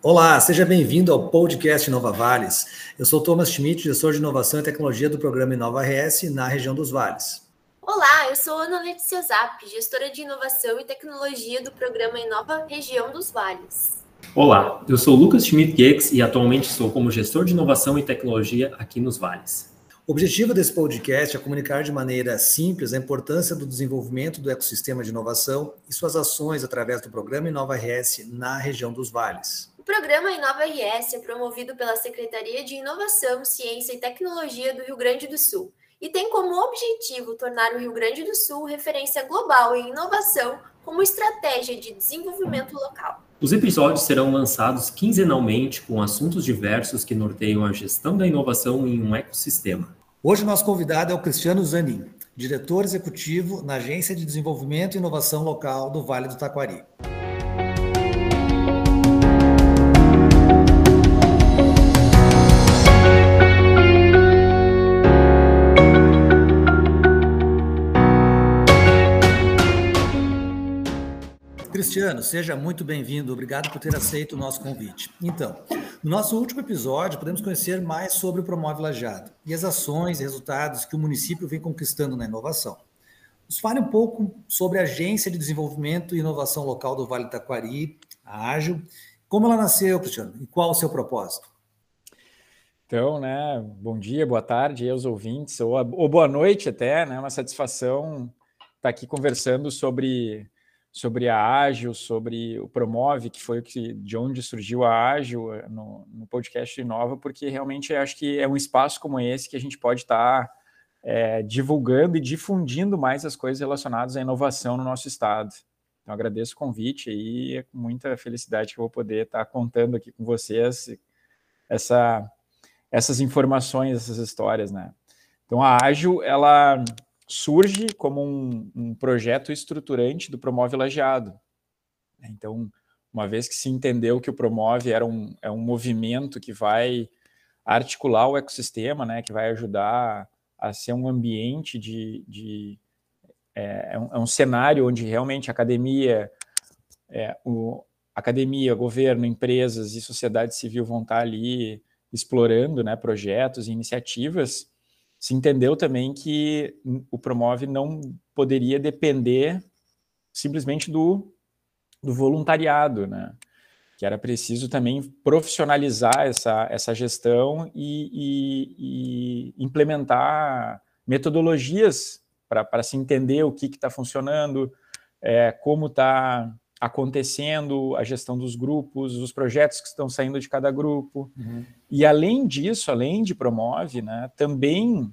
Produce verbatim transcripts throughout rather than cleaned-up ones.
Olá, seja bem-vindo ao podcast Inova Vales. Eu sou Thomas Schmidt, gestor de inovação e tecnologia do programa Inova R S na região dos Vales. Olá, eu sou Ana Letícia Zap, gestora de inovação e tecnologia do programa Inova Região dos Vales. Olá, eu sou Lucas Schmidt-Gex e atualmente estou como gestor de inovação e tecnologia aqui nos Vales. O objetivo desse podcast é comunicar de maneira simples a importância do desenvolvimento do ecossistema de inovação e suas ações através do programa Inova R S na região dos Vales. O programa Inova R S é promovido pela Secretaria de Inovação, Ciência e Tecnologia do Rio Grande do Sul e tem como objetivo tornar o Rio Grande do Sul referência global em inovação como estratégia de desenvolvimento local. Os episódios serão lançados quinzenalmente com assuntos diversos que norteiam a gestão da inovação em um ecossistema. Hoje, nosso convidado é o Cristiano Zanin, diretor executivo na Agência de Desenvolvimento e Inovação Local do Vale do Taquari. Cristiano, seja muito bem-vindo. Obrigado por ter aceito o nosso convite. Então, no nosso último episódio, podemos conhecer mais sobre o Promove Lajeado e as ações e resultados que o município vem conquistando na inovação. Nos fale um pouco sobre a Agência de Desenvolvimento e Inovação Local do Vale do Taquari, a Ágil. Como ela nasceu, Cristiano, e qual o seu propósito? Então, né, bom dia, boa tarde aos ouvintes, ou, ou boa noite até, né, uma satisfação estar aqui conversando sobre... sobre a Ágil, sobre o Promove, que foi o que, de onde surgiu a Ágil no, no podcast Inova, porque realmente acho que é um espaço como esse que a gente pode estar é, divulgando e difundindo mais as coisas relacionadas à inovação no nosso estado. Então, agradeço o convite e é com muita felicidade que eu vou poder estar contando aqui com vocês essa, essas informações, essas histórias, né? Então, a Ágil, ela surge como um, um projeto estruturante do Promove Lajeado. Então, uma vez que se entendeu que o Promove era um, é um movimento que vai articular o ecossistema, né, que vai ajudar a ser um ambiente de... de é, é, um, é um cenário onde realmente a academia, é, o, academia, governo, empresas e sociedade civil vão estar ali explorando, né, projetos e iniciativas. Se entendeu também que o Promove não poderia depender simplesmente do, do voluntariado, né? Que era preciso também profissionalizar essa, essa gestão e, e, e implementar metodologias para se entender o que está funcionando, é, como está acontecendo a gestão dos grupos, os projetos que estão saindo de cada grupo. Uhum. E além disso, além de Promove, né, também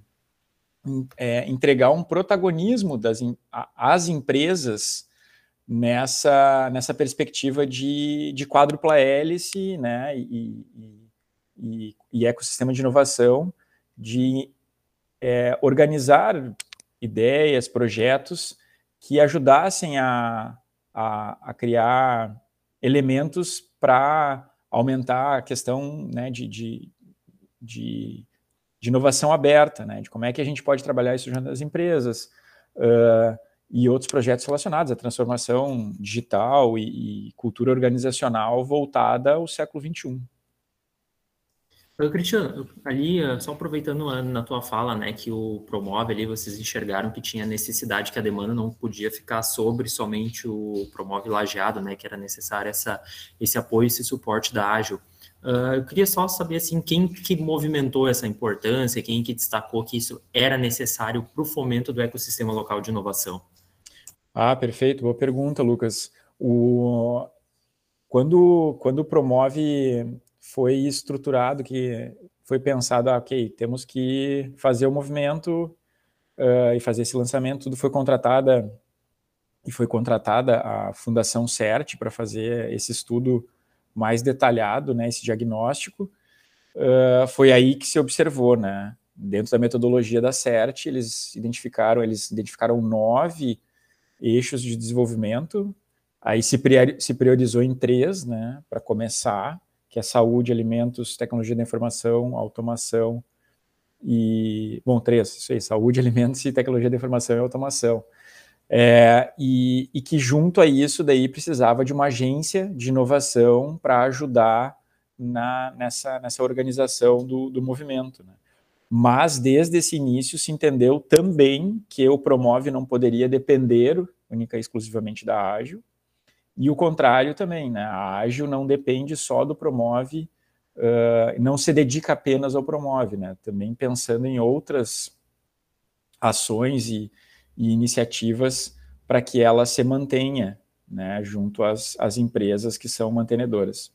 é, entregar um protagonismo das, às empresas nessa, nessa perspectiva de, de quádrupla hélice, né, e, e, e, e ecossistema de inovação, de é, organizar ideias, projetos que ajudassem a A, a criar elementos para aumentar a questão, né, de, de, de, de inovação aberta, né, de como é que a gente pode trabalhar isso junto às empresas uh, e outros projetos relacionados à transformação digital e, e cultura organizacional voltada ao século vinte e um. Cristiano, ali, só aproveitando na tua fala, né, que o Promove ali, vocês enxergaram que tinha necessidade, que a demanda não podia ficar sobre somente o Promove Lajeado, né, que era necessário essa, esse apoio, esse suporte da Ágil. Uh, eu queria só saber, assim, quem que movimentou essa importância, quem que destacou que isso era necessário para o fomento do ecossistema local de inovação? Ah, perfeito, boa pergunta, Lucas. O... Quando, quando o Promove foi estruturado, que foi pensado, ah, ok, temos que fazer o movimento uh, e fazer esse lançamento, tudo foi contratada, e foi contratada a Fundação CERT para fazer esse estudo mais detalhado, né, esse diagnóstico. Uh, foi aí que se observou, né, dentro da metodologia da CERT, eles identificaram, eles identificaram nove eixos de desenvolvimento, aí se, priori, se priorizou em três, né, para começar, que é saúde, alimentos, tecnologia da informação, automação e... Bom, três, isso aí, saúde, alimentos e tecnologia da informação e automação. É, e, e que junto a isso daí precisava de uma agência de inovação para ajudar na, nessa, nessa organização do, do movimento, né? Mas, desde esse início, se entendeu também que o Promove não poderia depender única e exclusivamente da Ágil, e o contrário também, né? A Ágil não depende só do Promove, uh, não se dedica apenas ao Promove, né? Também pensando em outras ações e, e iniciativas para que ela se mantenha, né, junto às, às empresas que são mantenedoras.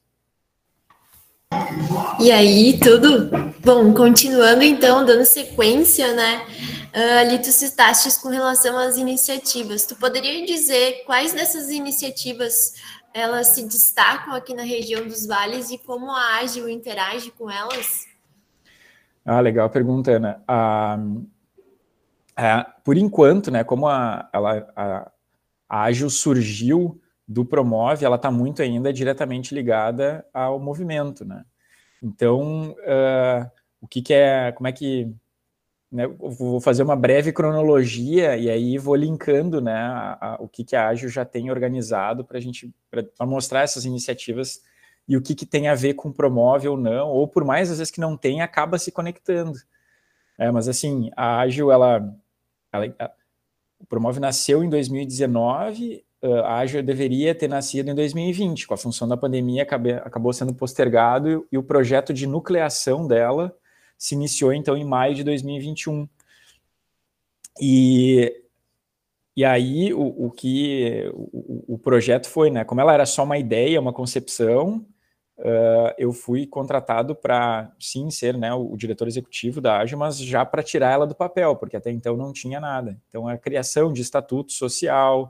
E aí, tudo? Bom, continuando então, dando sequência, né? Uh, ali tu citaste com relação às iniciativas. Tu poderia dizer quais dessas iniciativas elas se destacam aqui na região dos vales e como a Ágil interage com elas? Ah, legal a pergunta, Ana. Ah, ah, por enquanto, né, como a, ela, a, a Ágil surgiu do Promove, ela está muito ainda diretamente ligada ao movimento, né? Então, uh, o que, que é, como é que, né, vou fazer uma breve cronologia e aí vou linkando, né, a, a, o que, que a Ágil já tem organizado para a gente, para mostrar essas iniciativas e o que, que tem a ver com Promove ou não, ou por mais às vezes que não tem, acaba se conectando. É, mas assim, a Ágil, ela, ela, a, o Promove nasceu em dois mil e dezenove, a Ágil deveria ter nascido em dois mil e vinte, com a função da pandemia acabe, acabou sendo postergado e, e o projeto de nucleação dela se iniciou então em maio de dois mil e vinte e um. E, e aí o, o que o, o projeto foi, né? Como ela era só uma ideia, uma concepção, uh, eu fui contratado para, sim, ser, né, o, o diretor executivo da Ágil, mas já para tirar ela do papel, porque até então não tinha nada. Então a criação de estatuto social,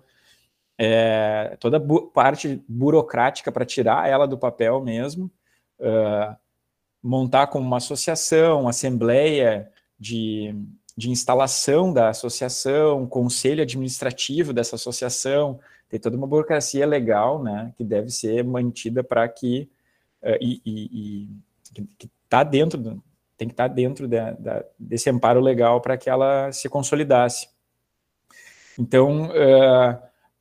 É, toda bu parte burocrática para tirar ela do papel mesmo, uh, montar como uma associação, assembleia de, de instalação da associação, conselho administrativo dessa associação, tem toda uma burocracia legal, né, que deve ser mantida para que, uh, e, e, e que está dentro, do, tem que estar tá dentro da, da, desse amparo legal para que ela se consolidasse. Então, uh,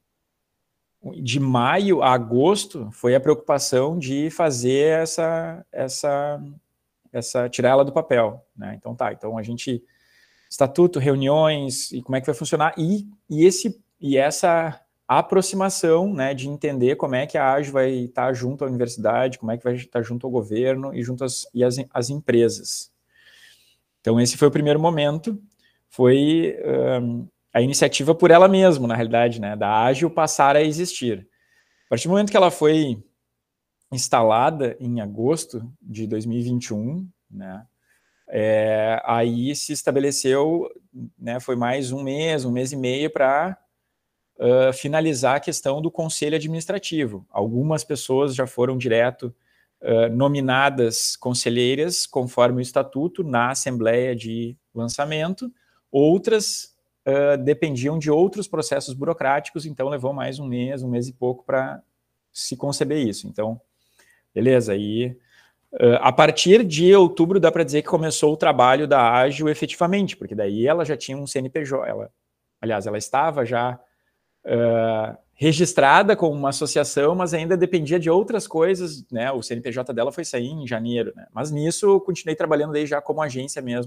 de maio a agosto foi a preocupação de fazer essa, essa, essa tirar ela do papel, né? Então tá, então a gente estatuto, reuniões e como é que vai funcionar e, e esse e essa aproximação, né, de entender como é que a Ágil vai estar junto à universidade, como é que vai estar junto ao governo e junto às, e às, às empresas. Então esse foi o primeiro momento, foi um, a iniciativa por ela mesma, na realidade, né, da Ágil passar a existir. A partir do momento que ela foi instalada em agosto de dois mil e vinte e um, né, é, aí se estabeleceu, né, foi mais um mês, um mês e meio para uh, finalizar a questão do conselho administrativo. Algumas pessoas já foram direto uh, nominadas conselheiras, conforme o estatuto, na assembleia de lançamento, outras Uh, dependiam de outros processos burocráticos, então levou mais um mês, um mês e pouco para se conceber isso. Então, beleza, aí uh, a partir de outubro dá para dizer que começou o trabalho da Ágil efetivamente, porque daí ela já tinha um C N P J, ela, aliás, ela estava já uh, registrada como uma associação, mas ainda dependia de outras coisas, né? O C N P J dela foi sair em janeiro, né? Mas nisso eu continuei trabalhando daí já como agência mesmo,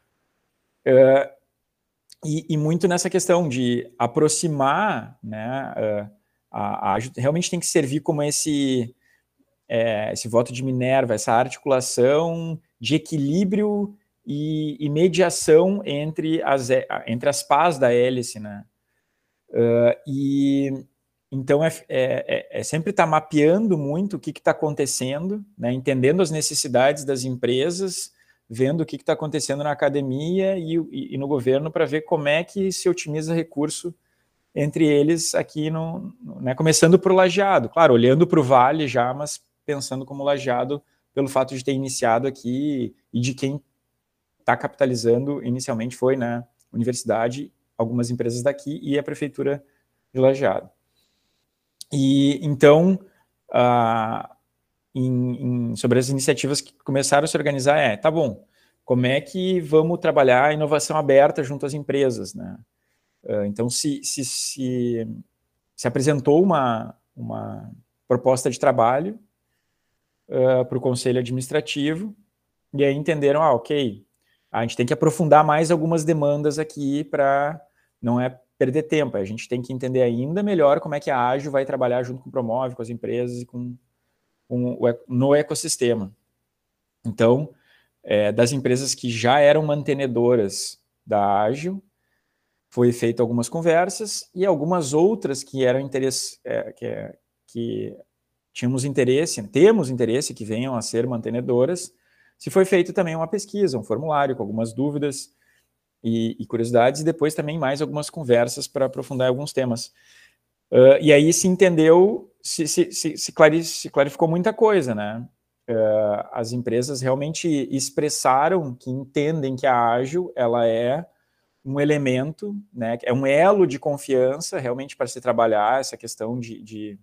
uh, E, e muito nessa questão de aproximar, né, a, a, realmente tem que servir como esse, é, esse voto de Minerva, essa articulação de equilíbrio e, e mediação entre as, entre as pás da hélice, né? Uh, e então é, é, é sempre estar tá mapeando muito o que está acontecendo, né, entendendo as necessidades das empresas, vendo o que está acontecendo na academia e, e, e no governo para ver como é que se otimiza recurso entre eles aqui, no, no, né, começando por Lajeado, claro, olhando para o Vale já, mas pensando como Lajeado pelo fato de ter iniciado aqui e de quem está capitalizando inicialmente foi, né, universidade, algumas empresas daqui e a prefeitura de Lajeado. E então, uh, Em, em, sobre as iniciativas que começaram a se organizar é, tá bom, como é que vamos trabalhar a inovação aberta junto às empresas, né? Uh, então, se, se, se, se apresentou uma, uma proposta de trabalho uh, para o conselho administrativo, e aí entenderam, ah, ok, a gente tem que aprofundar mais algumas demandas aqui para não é perder tempo, a gente tem que entender ainda melhor como é que a Ágil vai trabalhar junto com o Promove, com as empresas e com, com o, no ecossistema. Então, é, das empresas que já eram mantenedoras da Ágil, foi feita algumas conversas, e algumas outras que eram interesse, é, que, é, que tínhamos interesse, temos interesse que venham a ser mantenedoras, se foi feito também uma pesquisa, um formulário com algumas dúvidas e, e curiosidades, e depois também mais algumas conversas para aprofundar alguns temas. Uh, e aí se entendeu, se, se, se, se, clari, se clarificou muita coisa, né? Uh, as empresas realmente expressaram que entendem que a Ágil, ela é um elemento, né, é um elo de confiança realmente para se trabalhar essa questão de, de,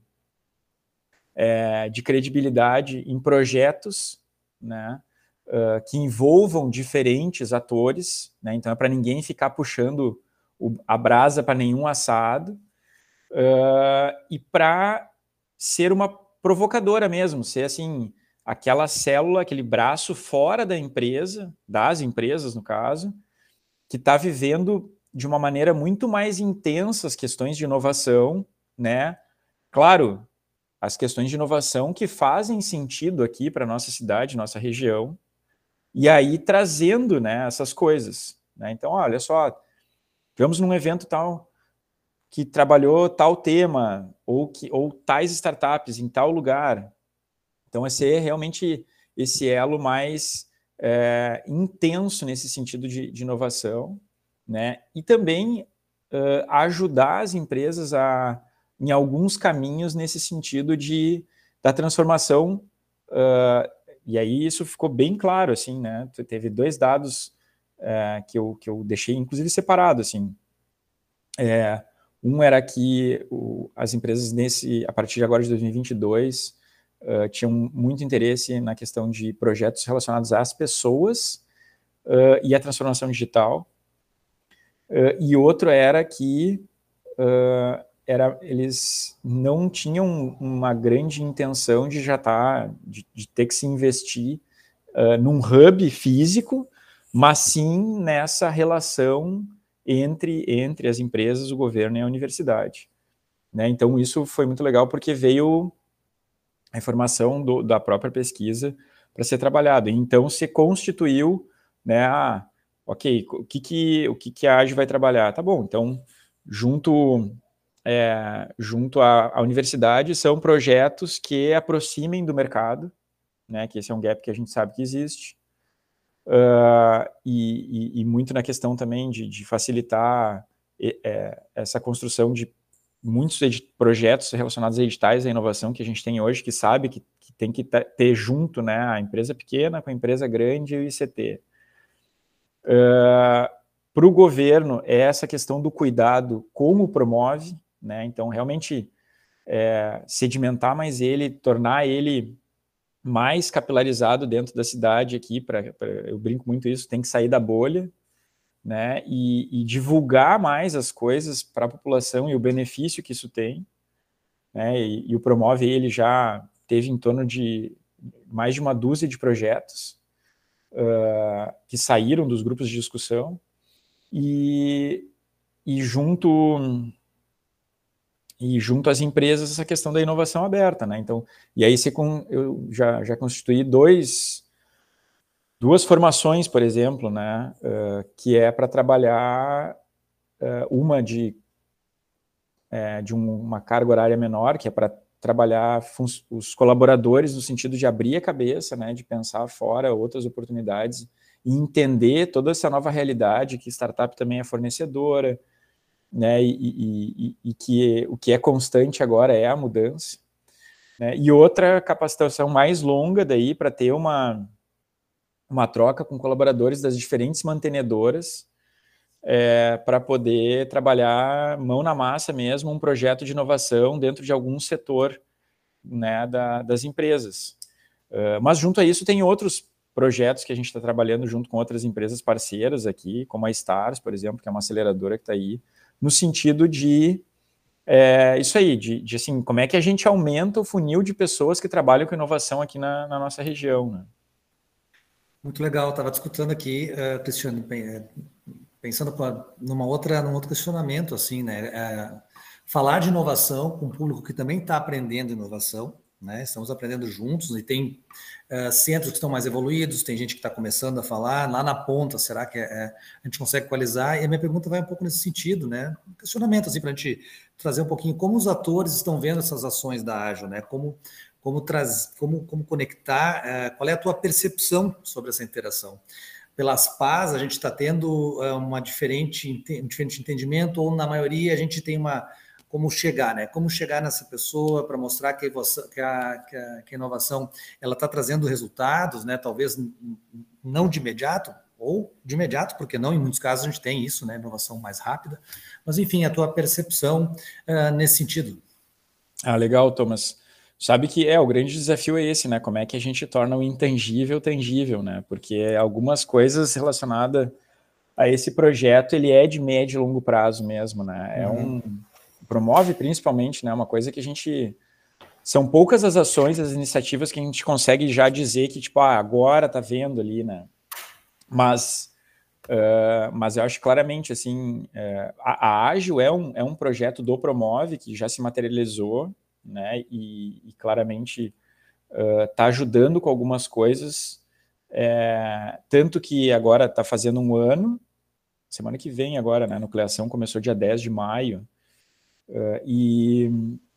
é, de credibilidade em projetos, né, uh, que envolvam diferentes atores, né, então é para ninguém ficar puxando o, a brasa para nenhum assado, uh, e para ser uma provocadora mesmo, ser assim, aquela célula, aquele braço fora da empresa, das empresas no caso, que está vivendo de uma maneira muito mais intensa as questões de inovação, né? Claro, as questões de inovação que fazem sentido aqui para a nossa cidade, nossa região, e aí trazendo, né, essas coisas, né? Então, olha só, tivemos num evento tal que trabalhou tal tema, ou, que, ou tais startups em tal lugar. Então, esse é realmente esse elo mais é, intenso nesse sentido de, de inovação, né? E também uh, ajudar as empresas a, em alguns caminhos nesse sentido de, da transformação, uh, e aí isso ficou bem claro, assim, né? Teve dois dados uh, que, eu, que eu deixei, inclusive, separado, assim. É, um era que o, as empresas, nesse, a partir de agora de dois mil e vinte e dois, Uh, tinham muito interesse na questão de projetos relacionados às pessoas uh, e à transformação digital. Uh, e outro era que uh, era, eles não tinham uma grande intenção de já estar, de, de ter que se investir uh, num hub físico, mas sim nessa relação entre, entre as empresas, o governo e a universidade. Né? Então isso foi muito legal porque veio a informação do, da própria pesquisa para ser trabalhada. Então, se constituiu, né, ah, ok, o que, que, o que, que a Ágil vai trabalhar? Tá bom, então, junto, é, junto à, à universidade, são projetos que aproximem do mercado, né, que esse é um gap que a gente sabe que existe, uh, e, e, e muito na questão também de, de facilitar é, essa construção de muitos projetos relacionados a editais da inovação que a gente tem hoje, que sabe que, que tem que ter junto, né, a empresa pequena com a empresa grande e o I C T. Uh, para o governo, é essa questão do cuidado como promove, né, então realmente é, sedimentar mais ele, tornar ele mais capilarizado dentro da cidade aqui, pra, pra, eu brinco muito isso, tem que sair da bolha, né, e, e divulgar mais as coisas para a população e o benefício que isso tem, né, e, e o Promove, ele já teve em torno de mais de uma dúzia de projetos uh, que saíram dos grupos de discussão e, e junto e junto às empresas essa questão da inovação aberta, né, então, e aí você com, eu já, já constituí dois Duas formações, por exemplo, né, uh, que é para trabalhar uh, uma de, é, de um, uma carga horária menor, que é para trabalhar os colaboradores no sentido de abrir a cabeça, né, de pensar fora outras oportunidades e entender toda essa nova realidade que startup também é fornecedora, né, e, e, e, e que o que é constante agora é a mudança. Né, e outra capacitação mais longa daí para ter uma uma troca com colaboradores das diferentes mantenedoras é, para poder trabalhar mão na massa mesmo um projeto de inovação dentro de algum setor, né, da, das empresas. Uh, mas junto a isso tem outros projetos que a gente está trabalhando junto com outras empresas parceiras aqui, como a Stars, por exemplo, que é uma aceleradora que está aí, no sentido de é isso aí, de, de assim, como é que a gente aumenta o funil de pessoas que trabalham com inovação aqui na, na nossa região, né? Muito legal, estava discutindo aqui, uh, Cristiano, pensando numa outra, num outro questionamento, assim, né? Uh, falar de inovação com um público que também está aprendendo inovação, né? Estamos aprendendo juntos e tem uh, centros que estão mais evoluídos, tem gente que está começando a falar, lá na ponta, será que é, é, a gente consegue equalizar? E a minha pergunta vai um pouco nesse sentido, né? Um questionamento, assim, para a gente trazer um pouquinho como os atores estão vendo essas ações da Ágil, né? Como Como, traz, como, como conectar, uh, qual é a tua percepção sobre essa interação? Pelas P A S, a gente está tendo uh, uma diferente, um diferente entendimento, ou na maioria a gente tem uma, como chegar, né? Como chegar nessa pessoa para mostrar que a, que, a, que, a, que a inovação ela está trazendo resultados, né? Talvez não de imediato, ou de imediato, porque não, em muitos casos a gente tem isso, né? Inovação mais rápida, mas enfim, a tua percepção uh, nesse sentido. Ah, legal, Thomas. Sabe que é, o grande desafio é esse, né? Como é que a gente torna o intangível tangível, né? Porque algumas coisas relacionadas a esse projeto, ele é de médio e longo prazo mesmo, né? É um... Promove principalmente, né? Uma coisa que a gente... São poucas as ações, as iniciativas que a gente consegue já dizer que, tipo, ah, agora tá vendo ali, né? Mas... Uh, mas eu acho claramente, assim, uh, a, a Ágil é um, é um projeto do Promove que já se materializou, né, e, e claramente está uh, ajudando com algumas coisas, é, tanto que agora está fazendo um ano, semana que vem agora, né, a nucleação começou dia dez de maio, uh, e,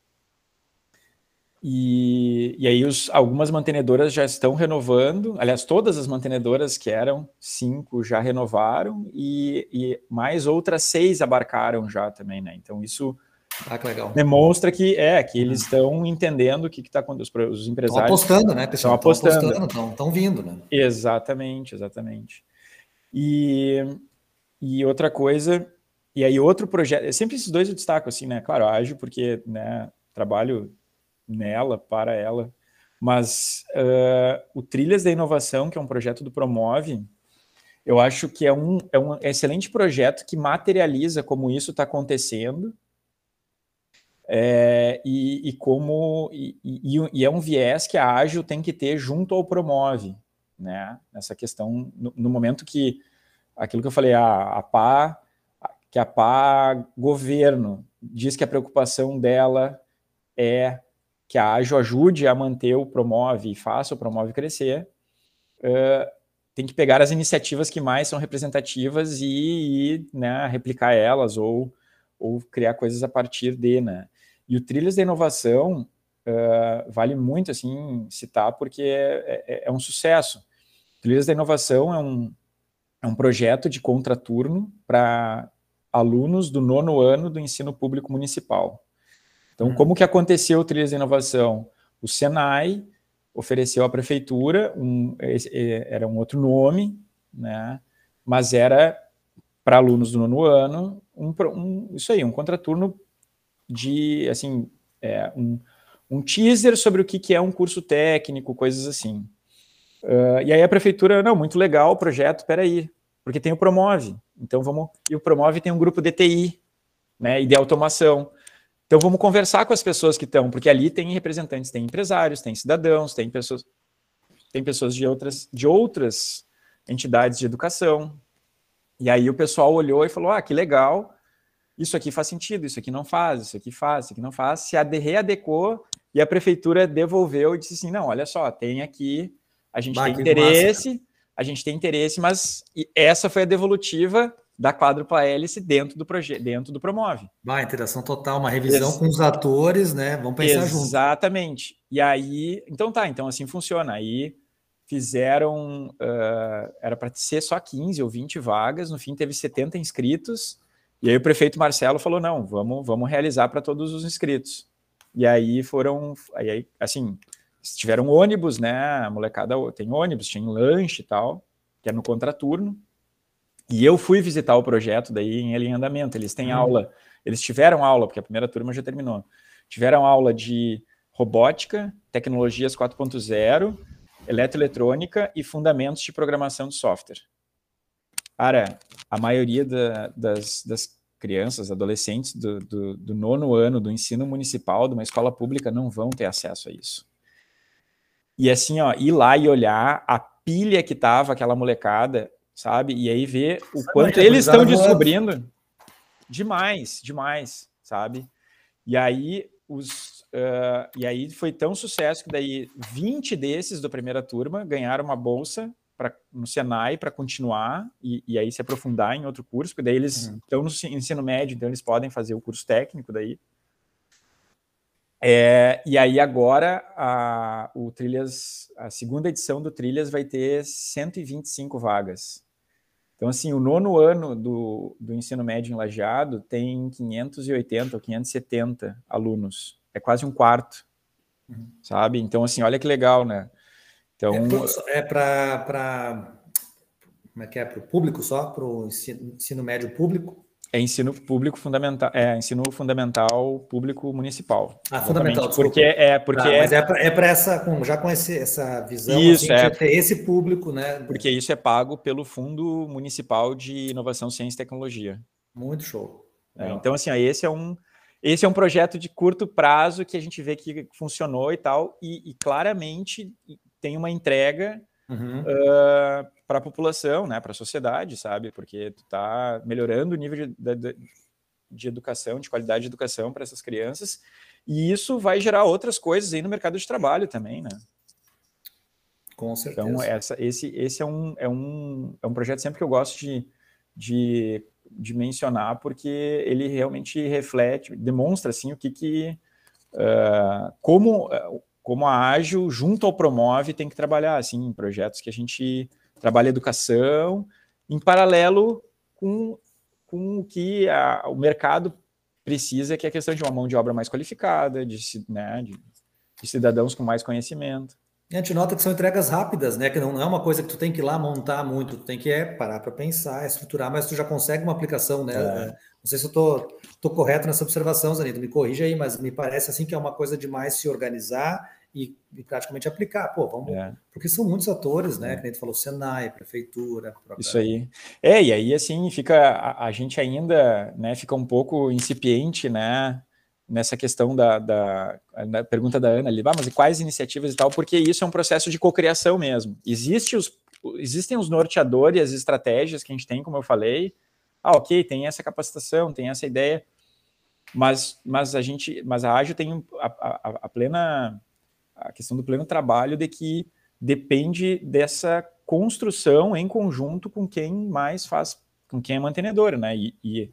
e, e aí os, algumas mantenedoras já estão renovando, aliás, todas as mantenedoras que eram cinco já renovaram, e, e mais outras seis abarcaram já também, né, então isso... Ah, que legal. Demonstra que é, que eles estão entendendo o que está acontecendo, os empresários... Estão apostando, né, pessoal? Estão apostando. Estão vindo, né? Exatamente, exatamente. E, e outra coisa, e aí outro projeto, sempre esses dois eu destaco, assim, né, claro, a Ágil, porque, né, trabalho nela, para ela, mas uh, o Trilhas da Inovação, que é um projeto do Promove, eu acho que é um, é um excelente projeto que materializa como isso está acontecendo. É, e, e como e, e, e é um viés que a Ágil tem que ter junto ao Promove, né? Nessa questão, no, no momento que aquilo que eu falei, a, a P A, que a P A governo diz que a preocupação dela é que a Ágil ajude a manter o Promove e faça o Promove crescer, uh, tem que pegar as iniciativas que mais são representativas e, e né, replicar elas ou, ou criar coisas a partir de, né? E o Trilhas da Inovação uh, vale muito, assim, citar, porque é, é, é um sucesso. Trilhas da Inovação é um, é um projeto de contraturno para alunos do nono ano do ensino público municipal. Então, hum. como que aconteceu o Trilhas da Inovação? O Senai ofereceu à prefeitura, um, era um outro nome, né? Mas era para alunos do nono ano, um, um, isso aí, um contraturno de, assim, é, um, um teaser sobre o que, que é um curso técnico, coisas assim. Uh, e aí a prefeitura, não, muito legal o projeto, peraí, porque tem o Promove, então vamos, e o Promove tem um grupo de T I, né, e de automação, então vamos conversar com as pessoas que estão, porque ali tem representantes, tem empresários, tem cidadãos, tem pessoas, tem pessoas de outras, de outras entidades de educação, e aí o pessoal olhou e falou, ah, que legal, isso aqui faz sentido, isso aqui não faz, isso aqui faz, isso aqui não faz, se readecou e a prefeitura devolveu e disse assim, não, olha só, tem aqui, a gente bah, tem interesse, massa, a gente tem interesse, mas essa foi a devolutiva da quádrupla hélice dentro do projeto, dentro do Promove. Bah, interação total, uma revisão Ex com os atores, né, vamos pensar junto. Exatamente, e aí, então tá, então assim funciona, aí fizeram, uh, era para ser só quinze ou vinte vagas, no fim teve setenta inscritos, e aí o prefeito Marcelo falou, não, vamos, vamos realizar para todos os inscritos. E aí foram, aí, assim, tiveram ônibus, né, a molecada tem ônibus, tinha lanche e tal, que é no contraturno, e eu fui visitar o projeto daí em ele em andamento, eles têm hum. aula, eles tiveram aula, porque a primeira turma já terminou, tiveram aula de robótica, tecnologias quatro ponto zero, eletroeletrônica e fundamentos de programação de software. Cara, a maioria da, das, das crianças, adolescentes do, do, do nono ano do ensino municipal de uma escola pública não vão ter acesso a isso. E assim, ó, ir lá e olhar a pilha que tava aquela molecada, sabe? E aí ver o quanto eles estão descobrindo. Demais, demais, sabe? E aí, os, uh, e aí foi tão sucesso que daí vinte desses da primeira turma ganharam uma bolsa pra, no Senai para continuar e, e aí se aprofundar em outro curso, porque daí eles uhum. estão no ensino médio, então eles podem fazer o curso técnico daí. É, e aí agora a, o Trilhas, a segunda edição do Trilhas vai ter cento e vinte e cinco vagas. Então, assim, o nono ano do, do ensino médio em Lajeado tem quinhentos e oitenta ou quinhentos e setenta alunos. É quase um quarto, uhum. sabe? Então, assim, olha que legal, né? Então, é para... Como é que é? Para o público só? Para o ensino, ensino médio público? É ensino público fundamental, é ensino fundamental público municipal. Ah, fundamental, desculpa. Porque é, porque ah, é... Mas é para essa, com, já com esse, essa visão, isso, assim, é, de ter esse público, né? Porque isso é pago pelo Fundo Municipal de Inovação, Ciência e Tecnologia. Muito show. É, então, assim, ó, esse é um esse é um projeto de curto prazo que a gente vê que funcionou e tal, e, e claramente tem uma entrega uhum. uh, para a população, né, para a sociedade, sabe? Porque tu tá melhorando o nível de, de, de educação, de qualidade de educação para essas crianças, e isso vai gerar outras coisas aí no mercado de trabalho também, né? Com certeza. Então, essa, esse, esse é, um, é, um, é um projeto sempre que eu gosto de, de, de mencionar, porque ele realmente reflete, demonstra assim, o que, que uh, como, como a Ágil, junto ao Promove, tem que trabalhar assim, em projetos que a gente trabalha educação, em paralelo com, com o que a, o mercado precisa, que é a questão de uma mão de obra mais qualificada, de, né, de, de cidadãos com mais conhecimento. A gente nota que são entregas rápidas, né? Que não é uma coisa que tu tem que ir lá montar muito, tu tem que é, parar para pensar, estruturar, mas tu já consegue uma aplicação, né? É. Não sei se eu tô, tô correto nessa observação, Zanito, me corrija aí, mas me parece assim que é uma coisa de mais se organizar e, e praticamente aplicar. Pô, vamos... É. Porque são muitos atores, né? É. Que nem tu falou, Senai, Prefeitura... Própria... Isso aí. É, e aí, assim, fica... A, a gente ainda, né, fica um pouco incipiente, né? Nessa questão da, da, da pergunta da Ana ali, ah, mas quais iniciativas e tal, porque isso é um processo de cocriação mesmo. Existe os, existem os norteadores e as estratégias que a gente tem, como eu falei, ah, ok, tem essa capacitação, tem essa ideia, mas, mas a gente, mas a Ágil tem a, a, a plena, a questão do pleno trabalho de que depende dessa construção em conjunto com quem mais faz, com quem é mantenedor, né, e, e,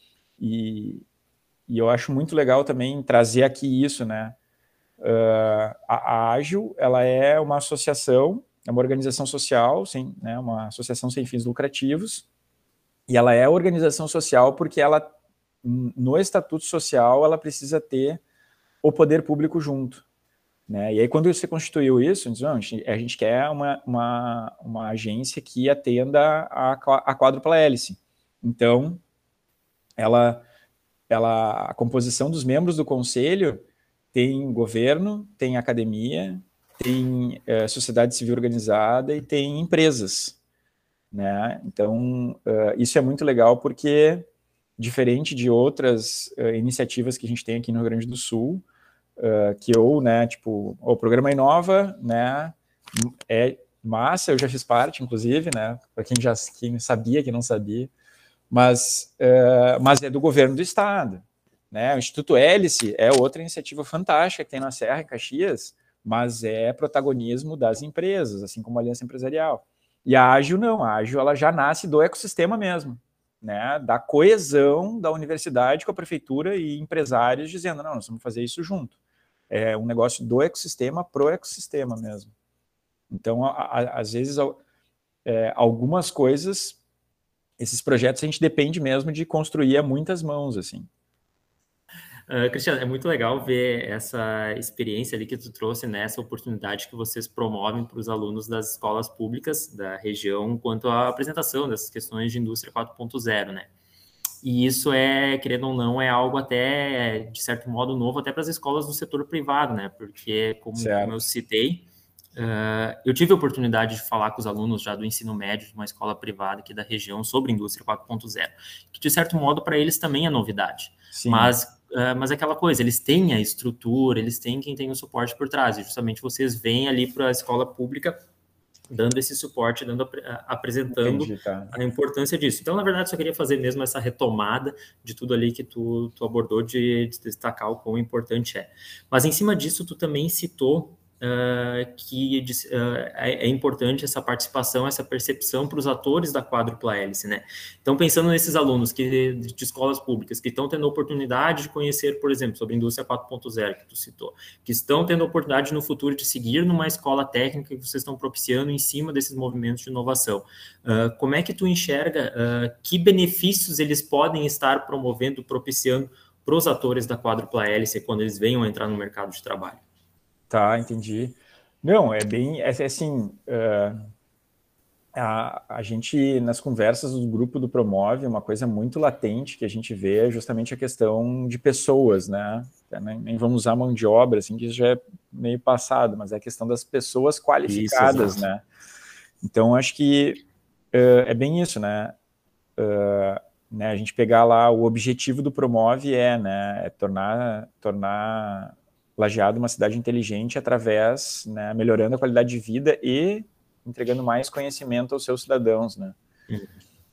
e E eu acho muito legal também trazer aqui isso, né? Uh, a, a Ágil, ela é uma associação, é uma organização social, sem, né, uma associação sem fins lucrativos, e ela é organização social porque ela, no estatuto social, ela precisa ter o poder público junto, né? E aí, quando você constituiu isso, a gente, não, a gente, a gente quer uma, uma, uma agência que atenda a, a quádrupla hélice. Então, ela... Ela, a composição dos membros do conselho tem governo, tem academia, tem é, sociedade civil organizada e tem empresas, né? Então, uh, isso é muito legal porque, diferente de outras uh, iniciativas que a gente tem aqui no Rio Grande do Sul, uh, que ou, né, tipo, o Programa Inova, né, é massa, eu já fiz parte, inclusive, né, para quem já quem sabia, que não sabia, Mas, uh, mas é do governo do estado, né? O Instituto Hélice é outra iniciativa fantástica que tem na Serra, em Caxias, mas é protagonismo das empresas, assim como a Aliança Empresarial. E a Ágil não, a Ágil ela já nasce do ecossistema mesmo, né? Da coesão da universidade com a prefeitura e empresários dizendo, não, nós vamos fazer isso junto. É um negócio do ecossistema pro ecossistema mesmo. Então, a, a, às vezes, é, algumas coisas... Esses projetos a gente depende mesmo de construir a muitas mãos, assim. Uh, Cristiano, é muito legal ver essa experiência ali que tu trouxe, né, essa oportunidade que vocês promovem para os alunos das escolas públicas da região quanto à apresentação dessas questões de indústria quatro ponto zero, né? E isso é, querendo ou não, é algo até, de certo modo, novo até para as escolas do setor privado, né? Porque, como, como eu citei, Uh, eu tive a oportunidade de falar com os alunos já do ensino médio de uma escola privada aqui da região sobre indústria quatro ponto zero, que de certo modo para eles também é novidade. Sim. Mas, uh, mas é aquela coisa, eles têm a estrutura, eles têm quem tem o suporte por trás, e justamente vocês vêm ali para a escola pública dando esse suporte, dando, apresentando Entendi, tá. a importância disso. Então, na verdade, só queria fazer mesmo essa retomada de tudo ali que tu, tu abordou, de, de destacar o quão importante é. Mas, em cima disso, tu também citou Uh, que uh, é, é importante essa participação, essa percepção para os atores da quádrupla hélice, né? Então, pensando nesses alunos que, de escolas públicas que estão tendo a oportunidade de conhecer, por exemplo, sobre a indústria quatro ponto zero, que tu citou, que estão tendo a oportunidade no futuro de seguir numa escola técnica que vocês estão propiciando em cima desses movimentos de inovação, uh, como é que tu enxerga uh, que benefícios eles podem estar promovendo, propiciando para os atores da quádrupla hélice quando eles venham a entrar no mercado de trabalho? Tá, entendi. Não, é bem, é, é assim, uh, a, a gente, nas conversas do grupo do Promove, uma coisa muito latente que a gente vê é justamente a questão de pessoas, né? Nem, nem vamos usar mão de obra, assim, que isso já é meio passado, mas é a questão das pessoas qualificadas, isso, né? Então, acho que uh, é bem isso, né? Uh, né? A gente pegar lá, o objetivo do Promove é, né, é tornar, tornar Lajeado uma cidade inteligente através, né, melhorando a qualidade de vida e entregando mais conhecimento aos seus cidadãos, né? Uhum.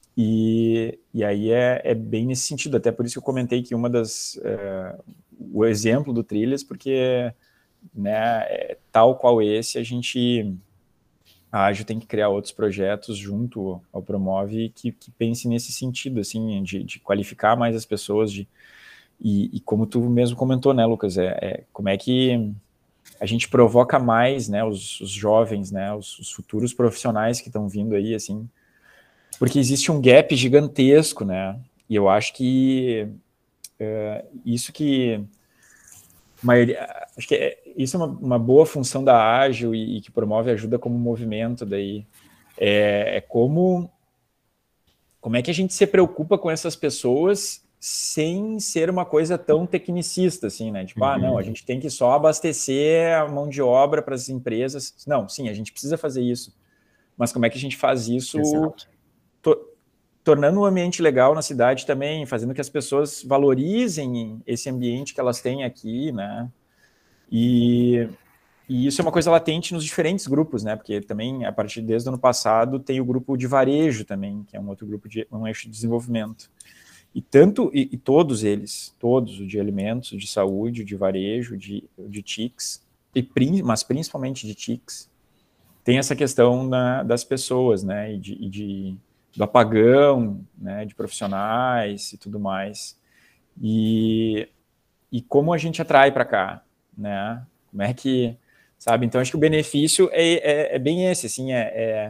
E, e aí é, é bem nesse sentido, até por isso que eu comentei que uma das, é, o exemplo do Trilhas, porque, né, é, tal qual esse, a gente, a Ágil tem que criar outros projetos junto ao Promove que, que pense nesse sentido, assim, de, de qualificar mais as pessoas, de E, e como tu mesmo comentou, né, Lucas, é, é, como é que a gente provoca mais, né, os, os jovens, né, os, os futuros profissionais que estão vindo aí, assim, porque existe um gap gigantesco, né, e eu acho que é, isso que, maioria, acho que é, isso é uma, uma boa função da Ágil e, e que promove ajuda como movimento daí, é, é como, como é que a gente se preocupa com essas pessoas sem ser uma coisa tão tecnicista, assim, né? Tipo, uhum. ah, não, a gente tem que só abastecer a mão de obra para as empresas. Não, sim, a gente precisa fazer isso. Mas como é que a gente faz isso to tornando um ambiente legal na cidade também, fazendo que as pessoas valorizem esse ambiente que elas têm aqui, né? E, e isso é uma coisa latente nos diferentes grupos, né? Porque também, a partir desde o ano passado, tem o grupo de varejo também, que é um outro grupo de um eixo de desenvolvimento. E tanto, e, e todos eles, todos, o de alimentos, o de saúde, o de varejo, de, de T I Cs, e, mas principalmente de T I Cs, tem essa questão da, das pessoas, né, e, de, e de, do apagão, né, de profissionais e tudo mais. E, e como a gente atrai para cá, né, como é que, sabe, então acho que o benefício é, é, é bem esse, assim, é, é,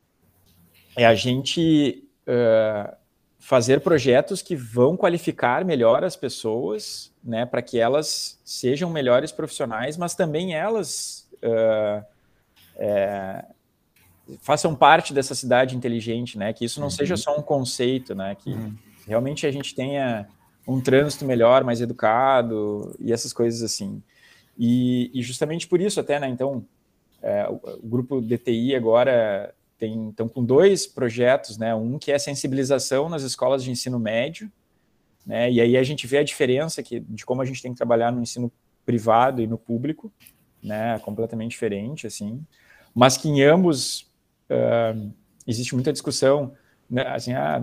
é a gente... Uh, fazer projetos que vão qualificar melhor as pessoas, né, para que elas sejam melhores profissionais, mas também elas uh, é, façam parte dessa cidade inteligente, né, que isso não uhum. seja só um conceito, né, que uhum. realmente a gente tenha um trânsito melhor, mais educado e essas coisas assim. E, e justamente por isso até, né, então, é, o, o grupo D T I agora... Estão com dois projetos, né? Um que é sensibilização nas escolas de ensino médio, né? E aí a gente vê a diferença que, de como a gente tem que trabalhar no ensino privado e no público, né? Completamente diferente, assim. Mas que em ambos uh, existe muita discussão, né? Assim, ah,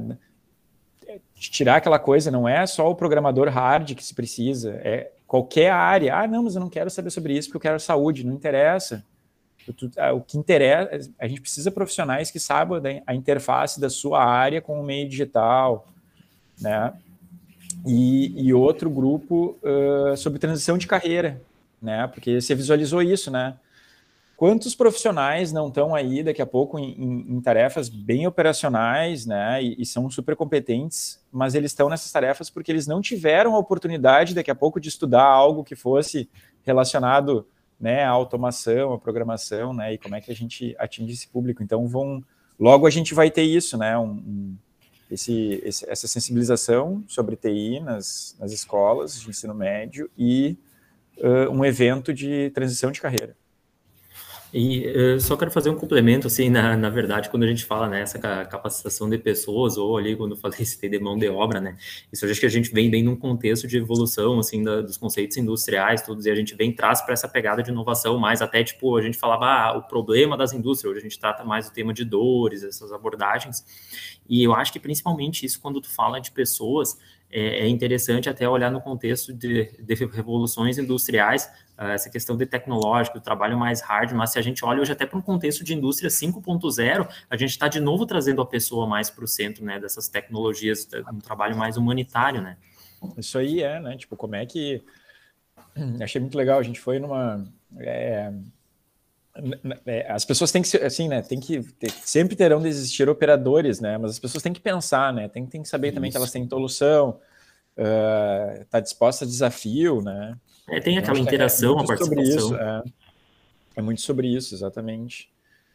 tirar aquela coisa, não é só o programador hard que se precisa, é qualquer área. Ah, não, mas eu não quero saber sobre isso porque eu quero saúde, não interessa. O que interessa, a gente precisa de profissionais que saibam a interface da sua área com o meio digital, né? E, e outro grupo uh, sobre transição de carreira, né? Porque você visualizou isso, né? Quantos profissionais não estão aí daqui a pouco em, em, em tarefas bem operacionais, né? E, e são super competentes, mas eles estão nessas tarefas porque eles não tiveram a oportunidade daqui a pouco de estudar algo que fosse relacionado, né, a automação, a programação, né, e como é que a gente atinge esse público. Então, vão, logo a gente vai ter isso, né, um, um, esse, esse, essa sensibilização sobre T I nas, nas escolas de ensino médio e uh, um evento de transição de carreira. E eu só quero fazer um complemento, assim, na, na verdade, quando a gente fala nessa né, capacitação de pessoas, ou ali quando eu falei citei de mão de obra, né, isso eu acho que a gente vem bem num contexto de evolução, assim, da, dos conceitos industriais, todos, e a gente vem traz para essa pegada de inovação, mais até, tipo, a gente falava, ah, o problema das indústrias, hoje a gente trata mais o tema de dores, essas abordagens, e eu acho que principalmente isso, quando tu fala de pessoas, é, é interessante até olhar no contexto de, de revoluções industriais, essa questão de tecnológico, o trabalho mais hard, mas se a gente olha hoje até para um contexto de indústria cinco ponto zero, a gente está de novo trazendo a pessoa mais para o centro, né, dessas tecnologias, um trabalho mais humanitário, né? Isso aí é, né, tipo, como é que... Achei muito legal, a gente foi numa... É... As pessoas têm que ser, assim, né, tem que ter, sempre terão de existir operadores, né, mas as pessoas têm que pensar, né, tem, tem que saber Isso. também que elas têm solução, uh, tá disposta a desafio, né. É, tem aquela interação, é, é a participação. Sobre isso, é. é muito sobre isso, exatamente.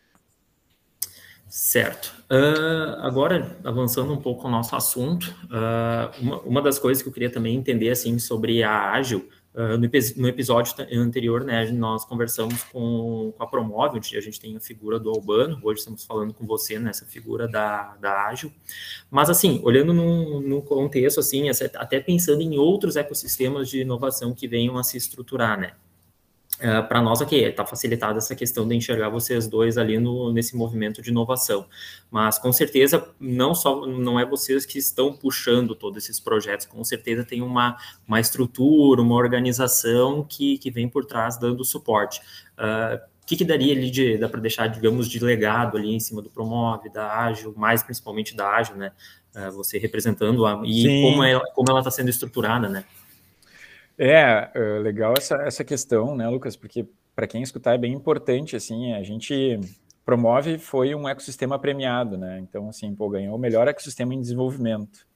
Certo. Uh, agora, avançando um pouco o nosso assunto, uh, uma, uma das coisas que eu queria também entender, assim, sobre a Ágil, uh, no, no episódio anterior, né, nós conversamos com, com a Promove, onde a gente tem a figura do Albano, hoje estamos falando com você nessa figura da, da Ágil, mas, assim, olhando num, num contexto, assim, até pensando em outros ecossistemas de inovação que venham a se estruturar, né, Uh, para nós aqui, está facilitada essa questão de enxergar vocês dois ali no, nesse movimento de inovação, mas com certeza não só não é vocês que estão puxando todos esses projetos, com certeza tem uma, uma estrutura, uma organização que, que vem por trás dando suporte. Uh, o que, que daria ali de, dá para deixar, digamos, de legado ali em cima do Promove, da Ágil, mais principalmente da Ágil, né? Uh, você representando a, e Sim. como ela como ela está sendo estruturada, né? É, uh, legal essa, essa questão, né, Lucas, porque para quem escutar é bem importante, assim, a gente Promove foi um ecossistema premiado, né, então, assim, pô, ganhou o melhor ecossistema em desenvolvimento.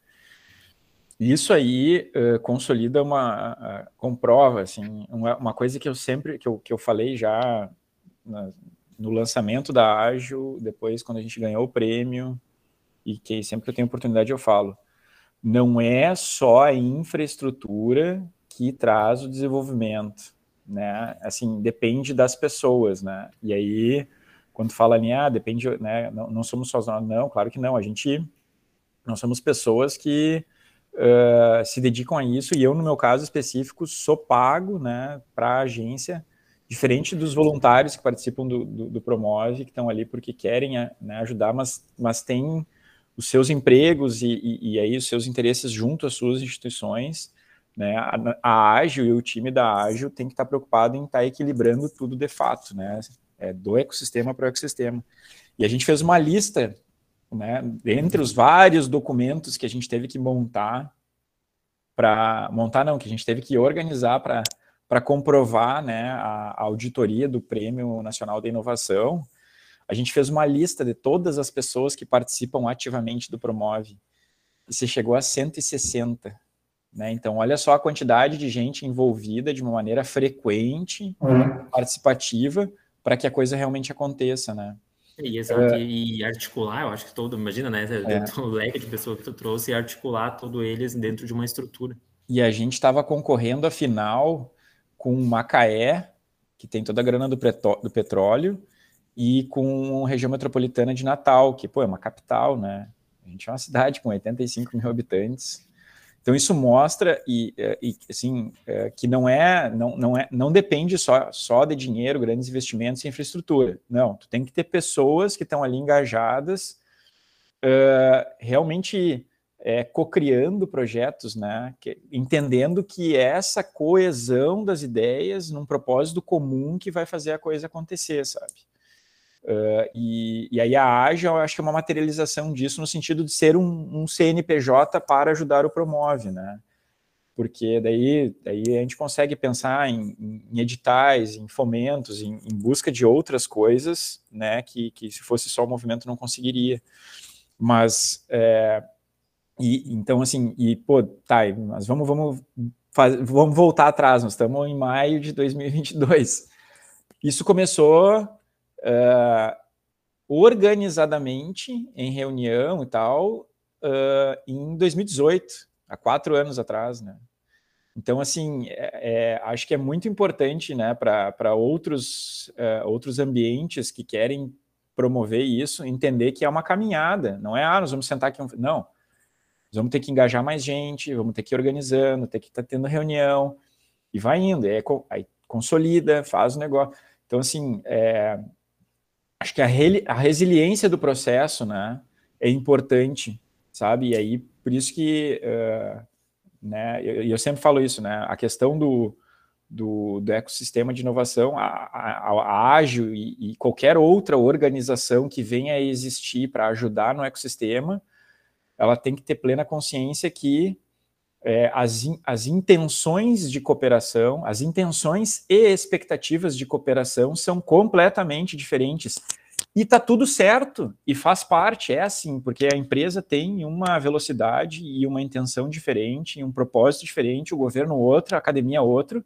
Isso aí uh, consolida uma, uh, comprova, assim, uma, uma coisa que eu sempre, que eu, que eu falei já na, no lançamento da Ágil, depois quando a gente ganhou o prêmio, e que sempre que eu tenho oportunidade eu falo, não é só a infraestrutura que traz o desenvolvimento, né? Assim, depende das pessoas, né? E aí, quando fala ali, ah, depende, né? Não, não somos só nós, não, claro que não. A gente, nós somos pessoas que uh, se dedicam a isso, e eu, no meu caso específico, sou pago, né, para a agência, diferente dos voluntários que participam do, do, do Promove, que estão ali porque querem, né, ajudar, mas, mas têm os seus empregos e, e, e aí os seus interesses junto às suas instituições, né? A, a Ágil e o time da Ágil tem que estar preocupado em estar equilibrando tudo de fato, né? É, do ecossistema para o ecossistema. E a gente fez uma lista, né, entre os vários documentos que a gente teve que montar para montar não, que a gente teve que organizar para para comprovar, né, a, a auditoria do Prêmio Nacional da Inovação. A gente fez uma lista de todas as pessoas que participam ativamente do Promove, e se chegou a cento e sessenta. Né? Então, olha só a quantidade de gente envolvida de uma maneira frequente, uhum. participativa, para que a coisa realmente aconteça, né? E, exato, uh, e articular, eu acho que todo, imagina, né, é. dentro do leque de pessoas que tu trouxe, e articular todos eles dentro de uma estrutura. E a gente estava concorrendo, afinal, com Macaé, que tem toda a grana do, do petróleo, e com a região metropolitana de Natal, que, pô, é uma capital, né? A gente é uma cidade com oitenta e cinco mil habitantes. Então, isso mostra, e, e assim, que não é, não, não é, não depende só, só de dinheiro, grandes investimentos em infraestrutura. Não, tu tem que ter pessoas que estão ali engajadas, uh, realmente é, co-criando projetos, né? Que, entendendo que é essa coesão das ideias num propósito comum que vai fazer a coisa acontecer, sabe? Uh, e, e aí a Ágil, eu acho que é uma materialização disso no sentido de ser um, um C N P J para ajudar o Promove, né? Porque daí, daí a gente consegue pensar em, em editais, em fomentos, em, em busca de outras coisas, né? Que, que se fosse só o movimento não conseguiria. Mas, é, e, então assim, e pô, tá, mas vamos, vamos, faz, vamos voltar atrás, nós estamos em maio de dois mil e vinte e dois. Isso começou... Uh, organizadamente em reunião e tal uh, em dois mil e dezoito, há quatro anos atrás, né? Então, assim, é, é, acho que é muito importante, né, para outros, é, outros ambientes que querem promover isso, entender que é uma caminhada, não é, ah, nós vamos sentar aqui, não, nós vamos ter que engajar mais gente, vamos ter que ir organizando, ter que estar tá tendo reunião, e vai indo, é, aí consolida, faz o negócio. Então, assim, é, acho que a, re, a resiliência do processo, né, é importante, sabe? E aí, por isso que, uh, né, eu, eu sempre falo isso, né, a questão do, do, do ecossistema de inovação, a, a, a Ágil e, e qualquer outra organização que venha a existir para ajudar no ecossistema, ela tem que ter plena consciência que É, as, in, as intenções de cooperação, as intenções e expectativas de cooperação são completamente diferentes. E está tudo certo, e faz parte, é assim, porque a empresa tem uma velocidade e uma intenção diferente, um propósito diferente, o governo outro, a academia outro,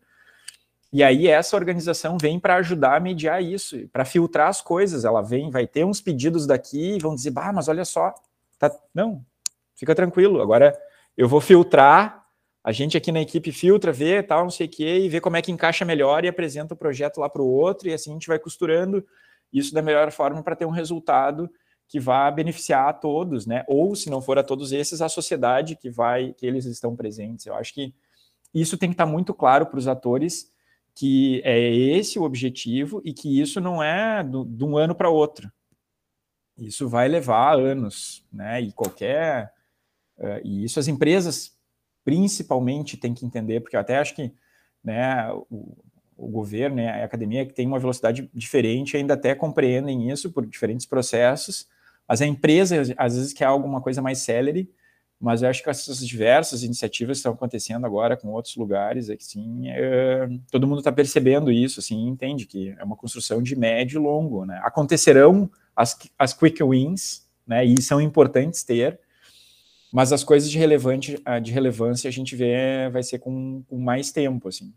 e aí essa organização vem para ajudar a mediar isso, para filtrar as coisas. Ela vem, vai ter uns pedidos daqui, vão dizer, bah, mas olha só, tá... não, fica tranquilo, agora... eu vou filtrar, a gente aqui na equipe filtra, vê, tal, não sei o quê, e vê como é que encaixa melhor e apresenta o projeto lá para o outro, e assim a gente vai costurando isso da melhor forma para ter um resultado que vá beneficiar a todos, né? Ou, se não for a todos esses, a sociedade que vai, que eles estão presentes. Eu acho que isso tem que estar muito claro para os atores que é esse o objetivo e que isso não é do, de um ano para outro. Isso vai levar anos, né? E qualquer... Uh, e isso as empresas principalmente têm que entender, porque eu até acho que, né, o, o governo, né, a academia que tem uma velocidade diferente ainda até compreendem isso por diferentes processos, mas a empresa às vezes quer alguma coisa mais célere, mas eu acho que essas diversas iniciativas que estão acontecendo agora com outros lugares, é que sim, é, todo mundo está percebendo isso, assim, entende que é uma construção de médio e longo, né? Acontecerão as, as quick wins, né, e são importantes ter, mas as coisas de, relevante, de relevância a gente vê vai ser com, com mais tempo, assim.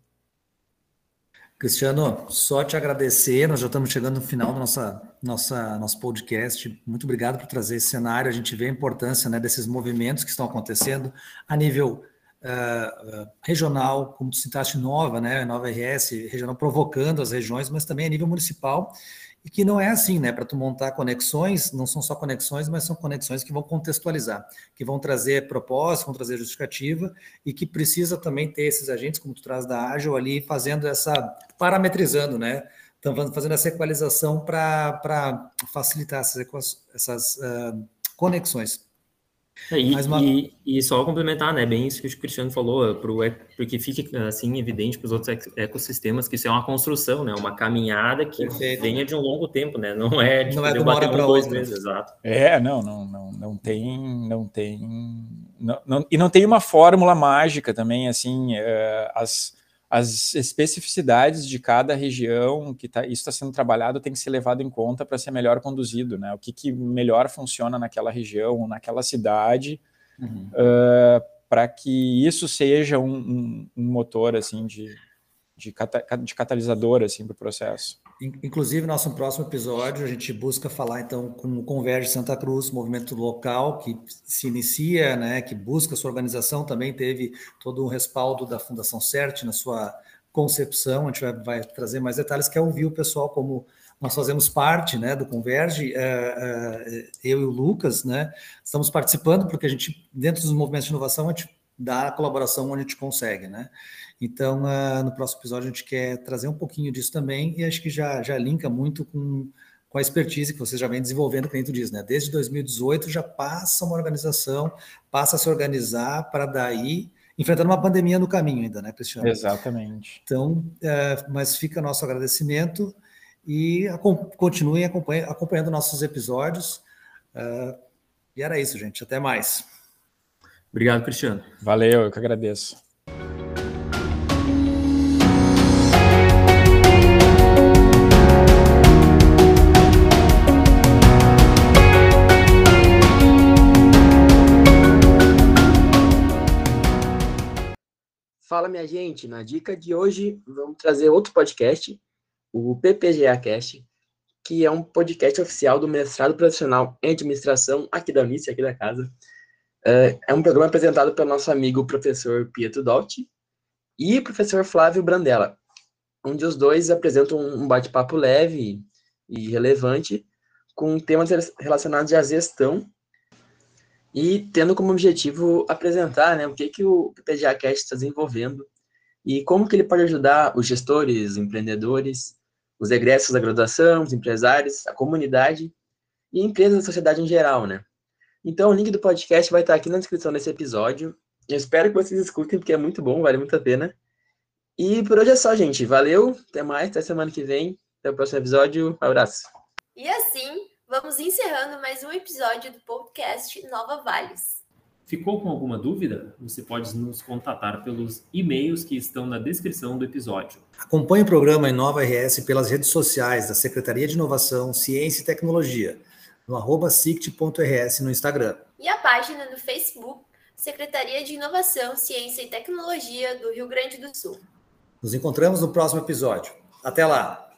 Cristiano, só te agradecer, nós já estamos chegando no final do nossa, nossa, nosso podcast. Muito obrigado por trazer esse cenário. A gente vê a importância, né, desses movimentos que estão acontecendo a nível uh, uh, regional, como tu citaste, Nova, né, Nova R S, regional provocando as regiões, mas também a nível municipal. E que não é assim, né? Para tu montar conexões, não são só conexões, mas são conexões que vão contextualizar, que vão trazer propósito, vão trazer justificativa, e que precisa também ter esses agentes, como tu traz da Ágil, ali fazendo essa, parametrizando, né? Então, fazendo essa equalização para facilitar essas, essas uh, conexões. É, e, uma... e, e só complementar, né, bem isso que o Cristiano falou, pro, porque fique assim evidente para os outros ecossistemas que isso é uma construção, né, uma caminhada que Perfeito. venha de um longo tempo, né, não é tipo, não é de uma hora para outra. Meses, exato. É, não, não, não, não tem, não tem, não, não, e não tem uma fórmula mágica também, assim, é, as as especificidades de cada região que tá, isso está sendo trabalhado tem que ser levado em conta para ser melhor conduzido, né? O que, que melhor funciona naquela região, naquela cidade, uhum. uh, para que isso seja um, um, um motor assim de, de, cata, de catalisador assim, para o processo. Inclusive, nosso próximo episódio, a gente busca falar, então, com o Converge Santa Cruz, movimento local que se inicia, né, que busca sua organização, também teve todo um respaldo da Fundação CERT na sua concepção, a gente vai, vai trazer mais detalhes, que é ouvir o pessoal como nós fazemos parte, né, do Converge, uh, uh, eu e o Lucas, né, estamos participando, porque a gente, dentro dos movimentos de inovação, a gente dá a colaboração onde a gente consegue, né. Então, uh, no próximo episódio, a gente quer trazer um pouquinho disso também, e acho que já, já linka muito com, com a expertise que vocês já vem desenvolvendo, que nem tu diz, né? Desde dois mil e dezoito já passa uma organização, passa a se organizar para daí, enfrentando uma pandemia no caminho ainda, né, Cristiano? Exatamente. Então, uh, mas fica nosso agradecimento e continuem acompanhando, acompanhando nossos episódios. Uh, e era isso, gente. Até mais. Obrigado, Cristiano. Valeu, eu que agradeço. Fala, minha gente, na dica de hoje vamos trazer outro podcast, o P P G A Cast, que é um podcast oficial do mestrado profissional em administração aqui da Unice, aqui da casa. É um programa apresentado pelo nosso amigo professor Pietro Dolci, e o professor Flávio Brandella, onde os dois apresentam um bate-papo leve e relevante com temas relacionados à gestão e tendo como objetivo apresentar, né, o que, que o P P G A Cast está desenvolvendo e como que ele pode ajudar os gestores, os empreendedores, os egressos da graduação, os empresários, a comunidade e empresas da sociedade em geral, né? Então, o link do podcast vai estar aqui na descrição desse episódio. Eu espero que vocês escutem, porque é muito bom, vale muito a pena. E por hoje é só, gente. Valeu, até mais, até semana que vem. Até o próximo episódio. Um abraço. E assim, vamos encerrando mais um episódio do podcast Nova Vales. Ficou com alguma dúvida? Você pode nos contatar pelos e-mails que estão na descrição do episódio. Acompanhe o programa Inova R S pelas redes sociais da Secretaria de Inovação, Ciência e Tecnologia, no arroba sict ponto r s no Instagram. E a página no Facebook, Secretaria de Inovação, Ciência e Tecnologia do Rio Grande do Sul. Nos encontramos no próximo episódio. Até lá!